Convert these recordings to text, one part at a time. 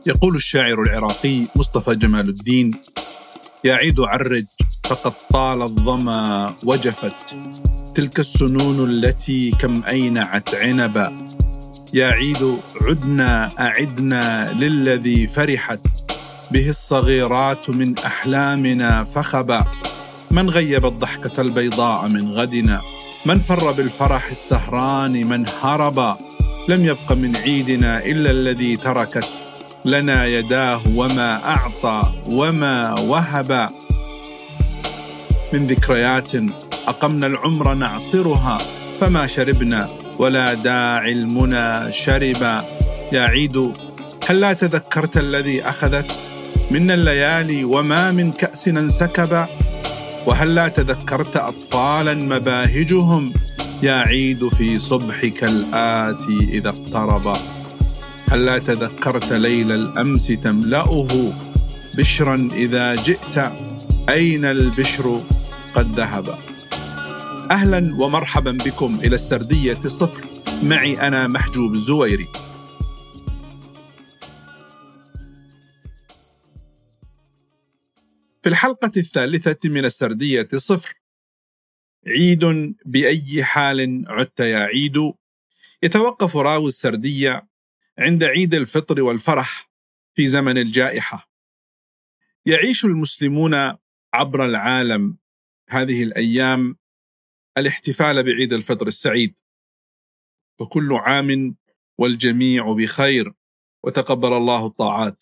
يقول الشاعر العراقي مصطفى جمال الدين: يا عيد عرج فقد طال الظما وجفت تلك السنون التي كم أينعت عنبا. يا عيد عدنا أعدنا للذي فرحت به الصغيرات من أحلامنا فخبا. من غيب الضحكة البيضاء من غدنا، من فر بالفرح السهران، من هربا. لم يبق من عيدنا إلا الذي تركت لنا يداه وما أعطى وما وهبا. من ذكريات أقمنا العمر نعصرها، فما شربنا ولا داعي المنى شربا. يا عيد هل لا تذكرت الذي أخذت منا الليالي وما من كأسنا انسكبا؟ وهل لا تذكرت أطفالا مباهجهم يا عيد في صبحك الآتي إذا اقتربا؟ هل لا تذكرت ليل الأمس تملأه بشرا إذا جئت أين البشر قد ذهب؟ أهلا ومرحبا بكم إلى السردية الصفر، معي أنا محجوب الزويري. في الحلقة الثالثة من السردية الصفر، عيد بأي حال عدت يا عيد، يتوقف راوي السردية عند عيد الفطر والفرح في زمن الجائحة. يعيش المسلمون عبر العالم هذه الأيام الاحتفال بعيد الفطر السعيد، وكل عام والجميع بخير وتقبل الله الطاعات.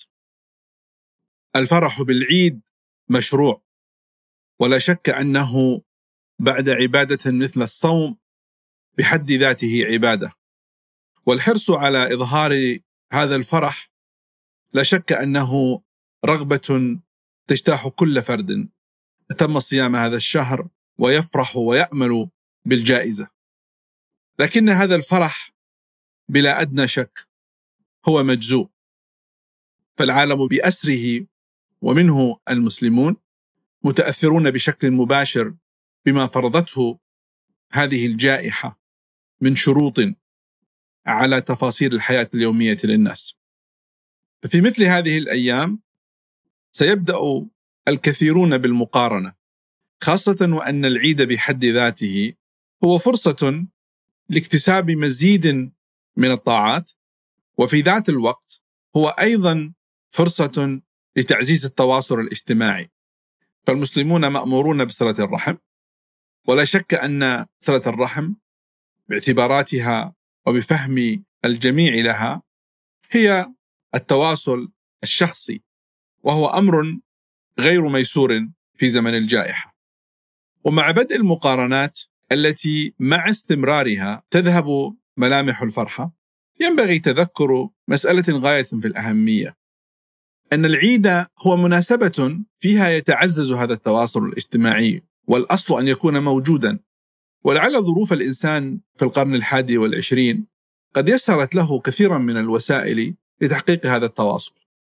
الفرح بالعيد مشروع، ولا شك أنه بعد عبادة مثل الصوم بحد ذاته عبادة، والحرص على إظهار هذا الفرح لا شك أنه رغبة تجتاح كل فرد أتم صيام هذا الشهر ويفرح ويأمل بالجائزة. لكن هذا الفرح بلا أدنى شك هو مجزوء، فالعالم بأسره ومنه المسلمون متأثرون بشكل مباشر بما فرضته هذه الجائحة من شروط على تفاصيل الحياة اليومية للناس. ففي مثل هذه الأيام سيبدأ الكثيرون بالمقارنة، خاصة وأن العيد بحد ذاته هو فرصة لاكتساب مزيد من الطاعات، وفي ذات الوقت هو أيضا فرصة لتعزيز التواصل الاجتماعي. فالمسلمون مأمورون بصلة الرحم، ولا شك أن صلة الرحم باعتباراتها وبفهم الجميع لها هي التواصل الشخصي، وهو أمر غير ميسور في زمن الجائحة. ومع بدء المقارنات التي مع استمرارها تذهب ملامح الفرحة، ينبغي تذكر مسألة غاية في الأهمية، أن العيد هو مناسبة فيها يتعزز هذا التواصل الاجتماعي، والأصل أن يكون موجودا. ولعل ظروف الإنسان في القرن 21 قد يسرت له كثيرا من الوسائل لتحقيق هذا التواصل،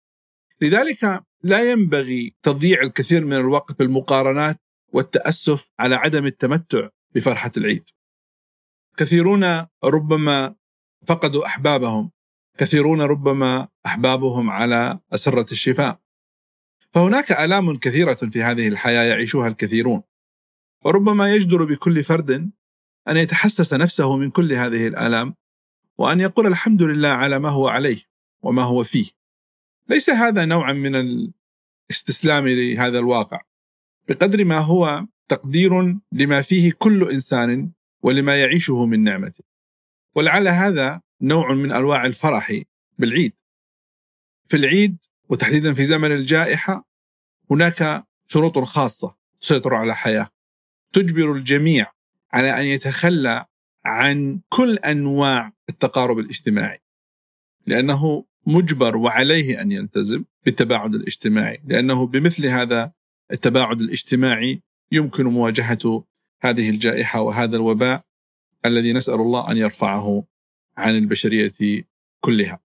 لذلك لا ينبغي تضييع الكثير من الوقت بالمقارنات والتأسف على عدم التمتع بفرحة العيد. كثيرون ربما فقدوا أحبابهم، كثيرون ربما أحبابهم على أسرة الشفاء، فهناك آلام كثيرة في هذه الحياة يعيشها الكثيرون، وربما يجدر بكل فرد أن يتحسس نفسه من كل هذه الآلام وأن يقول الحمد لله على ما هو عليه وما هو فيه. ليس هذا نوعا من الاستسلام لهذا الواقع، بقدر ما هو تقدير لما فيه كل إنسان ولما يعيشه من نعمة. ولعل هذا نوع من أنواع الفرح بالعيد. في العيد وتحديدا في زمن الجائحة هناك شروط خاصة تسيطر على الحياة، تجبر الجميع على أن يتخلى عن كل أنواع التقارب الاجتماعي، لأنه مجبر وعليه أن يلتزم بالتباعد الاجتماعي، لأنه بمثل هذا التباعد الاجتماعي يمكن مواجهة هذه الجائحة وهذا الوباء الذي نسأل الله أن يرفعه عن البشرية كلها.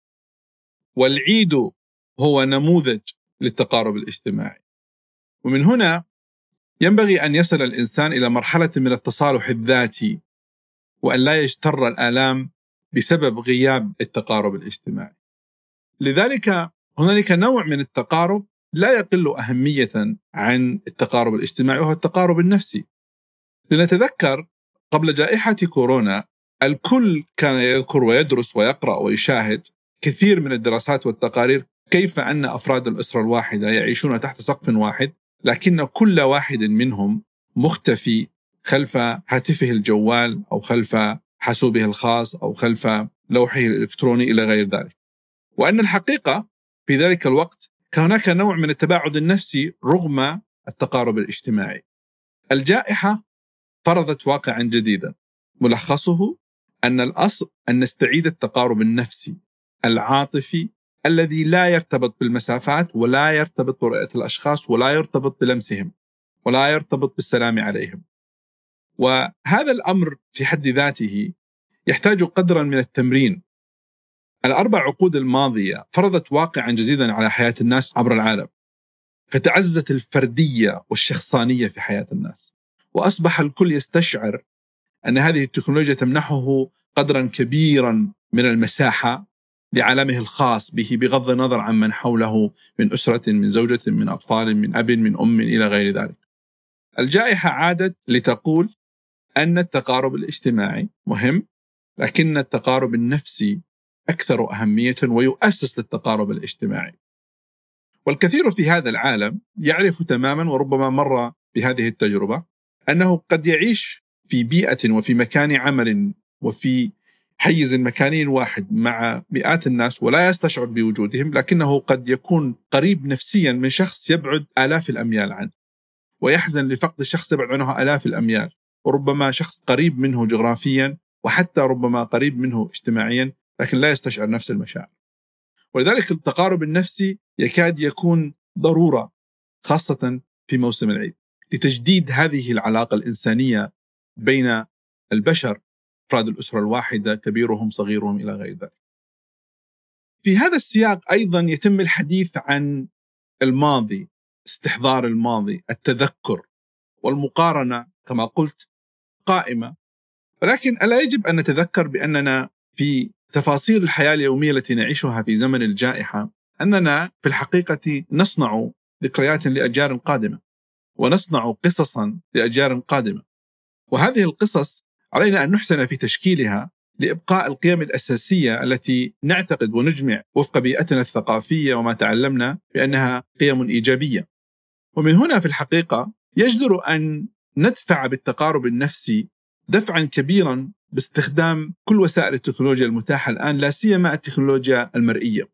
والعيد هو نموذج للتقارب الاجتماعي، ومن هنا ينبغي أن يصل الإنسان إلى مرحلة من التصالح الذاتي، وأن لا يجتر الآلام بسبب غياب التقارب الاجتماعي. لذلك هنالك نوع من التقارب لا يقل أهمية عن التقارب الاجتماعي، وهو التقارب النفسي. لنتذكر قبل جائحة كورونا الكل كان يذكر ويدرس ويقرأ ويشاهد كثير من الدراسات والتقارير كيف أن أفراد الأسرة الواحدة يعيشون تحت سقف واحد، لكن كل واحد منهم مختفي خلف هاتفه الجوال أو خلف حاسوبه الخاص أو خلف لوحه الإلكتروني إلى غير ذلك. وأن الحقيقة في ذلك الوقت كان هناك نوع من التباعد النفسي رغم التقارب الاجتماعي. الجائحة فرضت واقعا جديدا ملخصه أن الأصل أن نستعيد التقارب النفسي العاطفي الذي لا يرتبط بالمسافات ولا يرتبط برؤية الأشخاص ولا يرتبط بلمسهم ولا يرتبط بالسلام عليهم. وهذا الأمر في حد ذاته يحتاج قدرا من التمرين. 4 عقود الماضية فرضت واقعا جديدا على حياة الناس عبر العالم، فتعززت الفردية والشخصانية في حياة الناس، وأصبح الكل يستشعر أن هذه التكنولوجيا تمنحه قدرا كبيرا من المساحة لعالمه الخاص به بغض النظر عن من حوله من أسرة، من زوجة، من أطفال، من أب، من أم، إلى غير ذلك. الجائحة عادت لتقول أن التقارب الاجتماعي مهم، لكن التقارب النفسي أكثر أهمية ويؤسس للتقارب الاجتماعي. والكثير في هذا العالم يعرف تماما وربما مر بهذه التجربة أنه قد يعيش في بيئة وفي مكان عمل وفي حيز مكاني واحد مع مئات الناس ولا يستشعر بوجودهم، لكنه قد يكون قريب نفسيا من شخص يبعد آلاف الأميال عنه، ويحزن لفقد الشخص يبعد عنه آلاف الأميال، وربما شخص قريب منه جغرافيا وحتى ربما قريب منه اجتماعيا، لكن لا يستشعر نفس المشاعر. ولذلك التقارب النفسي يكاد يكون ضرورة خاصة في موسم العيد لتجديد هذه العلاقة الإنسانية بين البشر، أفراد الأسرة الواحدة، كبيرهم صغيرهم إلى غير ذلك. في هذا السياق أيضا يتم الحديث عن الماضي، استحضار الماضي، التذكر، والمقارنة كما قلت قائمة. ولكن ألا يجب أن نتذكر بأننا في تفاصيل الحياة اليومية التي نعيشها في زمن الجائحة أننا في الحقيقة نصنع ذكريات لأجيال قادمة ونصنع قصصا لأجيال قادمة، وهذه القصص علينا أن نحسن في تشكيلها لإبقاء القيم الأساسية التي نعتقد ونجمع وفق بيئتنا الثقافية وما تعلمنا بأنها قيم إيجابية. ومن هنا في الحقيقة يجدر أن ندفع بالتقارب النفسي دفعا كبيرا باستخدام كل وسائل التكنولوجيا المتاحة الآن، لا سيما التكنولوجيا المرئية.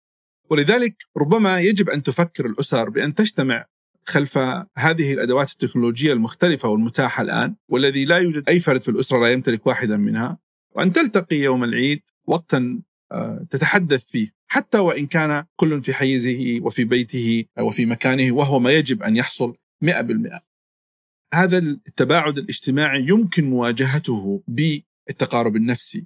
ولذلك ربما يجب أن تفكر الأسر بأن تجتمع خلف هذه الأدوات التكنولوجية المختلفة والمتاحة الآن، والذي لا يوجد أي فرد في الأسرة لا يمتلك واحدا منها، وأن تلتقي يوم العيد وقتا تتحدث فيه، حتى وإن كان كل في حيزه وفي بيته وفي مكانه، وهو ما يجب أن يحصل 100%. هذا التباعد الاجتماعي يمكن مواجهته بالتقارب النفسي،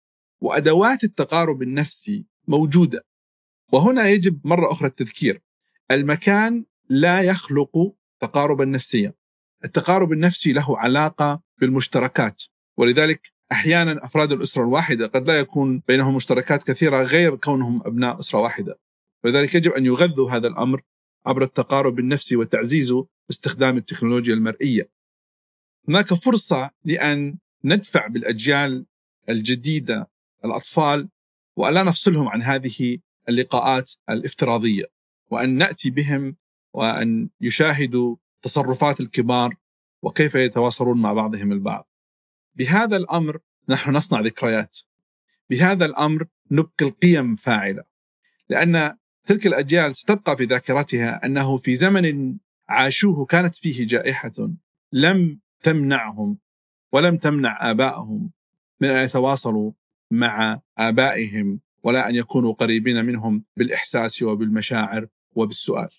وأدوات التقارب النفسي موجودة. وهنا يجب مرة أخرى التذكير: المكان لا يخلق تقاربا نفسيا، التقارب النفسي له علاقة بالمشتركات، ولذلك أحيانا أفراد الأسرة الواحدة قد لا يكون بينهم مشتركات كثيرة غير كونهم أبناء أسرة واحدة، ولذلك يجب أن يغذوا هذا الأمر عبر التقارب النفسي وتعزيزه باستخدام التكنولوجيا المرئية. هناك فرصة لأن ندفع بالأجيال الجديدة الأطفال وألا نفصلهم عن هذه اللقاءات الافتراضية، وأن نأتي بهم وأن يشاهدوا تصرفات الكبار وكيف يتواصلون مع بعضهم البعض. بهذا الأمر نحن نصنع ذكريات، بهذا الأمر نبقي القيم فاعلة، لأن تلك الأجيال ستبقى في ذاكرتها أنه في زمن عاشوه كانت فيه جائحة لم تمنعهم ولم تمنع آبائهم من أن يتواصلوا مع آبائهم ولا أن يكونوا قريبين منهم بالإحساس وبالمشاعر وبالسؤال.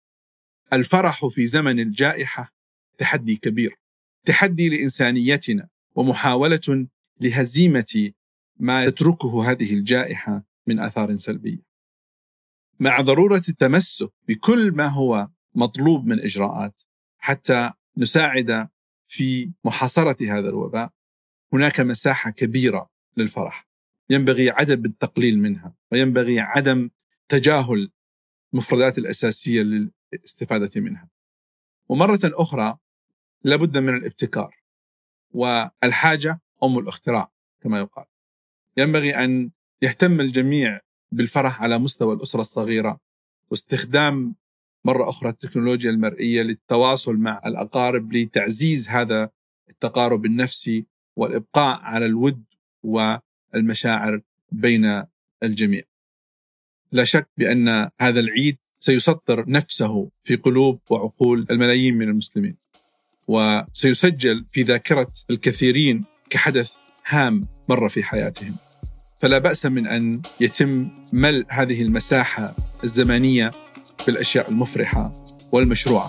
الفرح في زمن الجائحة تحدي كبير، تحدي لإنسانيتنا ومحاولة لهزيمة ما تتركه هذه الجائحة من آثار سلبية، مع ضرورة التمسك بكل ما هو مطلوب من إجراءات حتى نساعد في محاصرة هذا الوباء. هناك مساحة كبيرة للفرح، ينبغي عدم التقليل منها، وينبغي عدم تجاهل المفردات الأساسية للاستفادة منها. ومرة أخرى لابد من الابتكار، والحاجة أم الاختراع كما يقال. ينبغي أن يهتم الجميع بالفرح على مستوى الأسرة الصغيرة، واستخدام مرة أخرى التكنولوجيا المرئية للتواصل مع الأقارب لتعزيز هذا التقارب النفسي والإبقاء على الود والمشاعر بين الجميع. لا شك بأن هذا العيد سيسطر نفسه في قلوب وعقول الملايين من المسلمين، وسيسجل في ذاكرة الكثيرين كحدث هام مر في حياتهم. فلا بأس من أن يتم ملء هذه المساحة الزمنية بالأشياء المفرحة والمشروعة.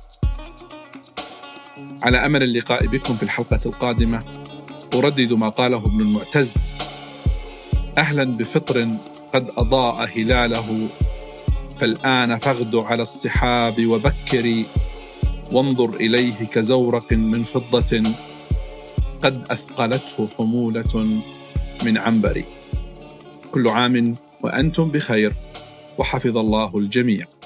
على أمل اللقاء بكم في الحلقة القادمة. أردد ما قاله ابن المعتز: أهلا بفطر قد أضاء هلاله، فالآن فاغد على الصحاب وبكري، وانظر إليه كزورق من فضة قد أثقلته حمولة من عنبر. كل عام وأنتم بخير، وحفظ الله الجميع.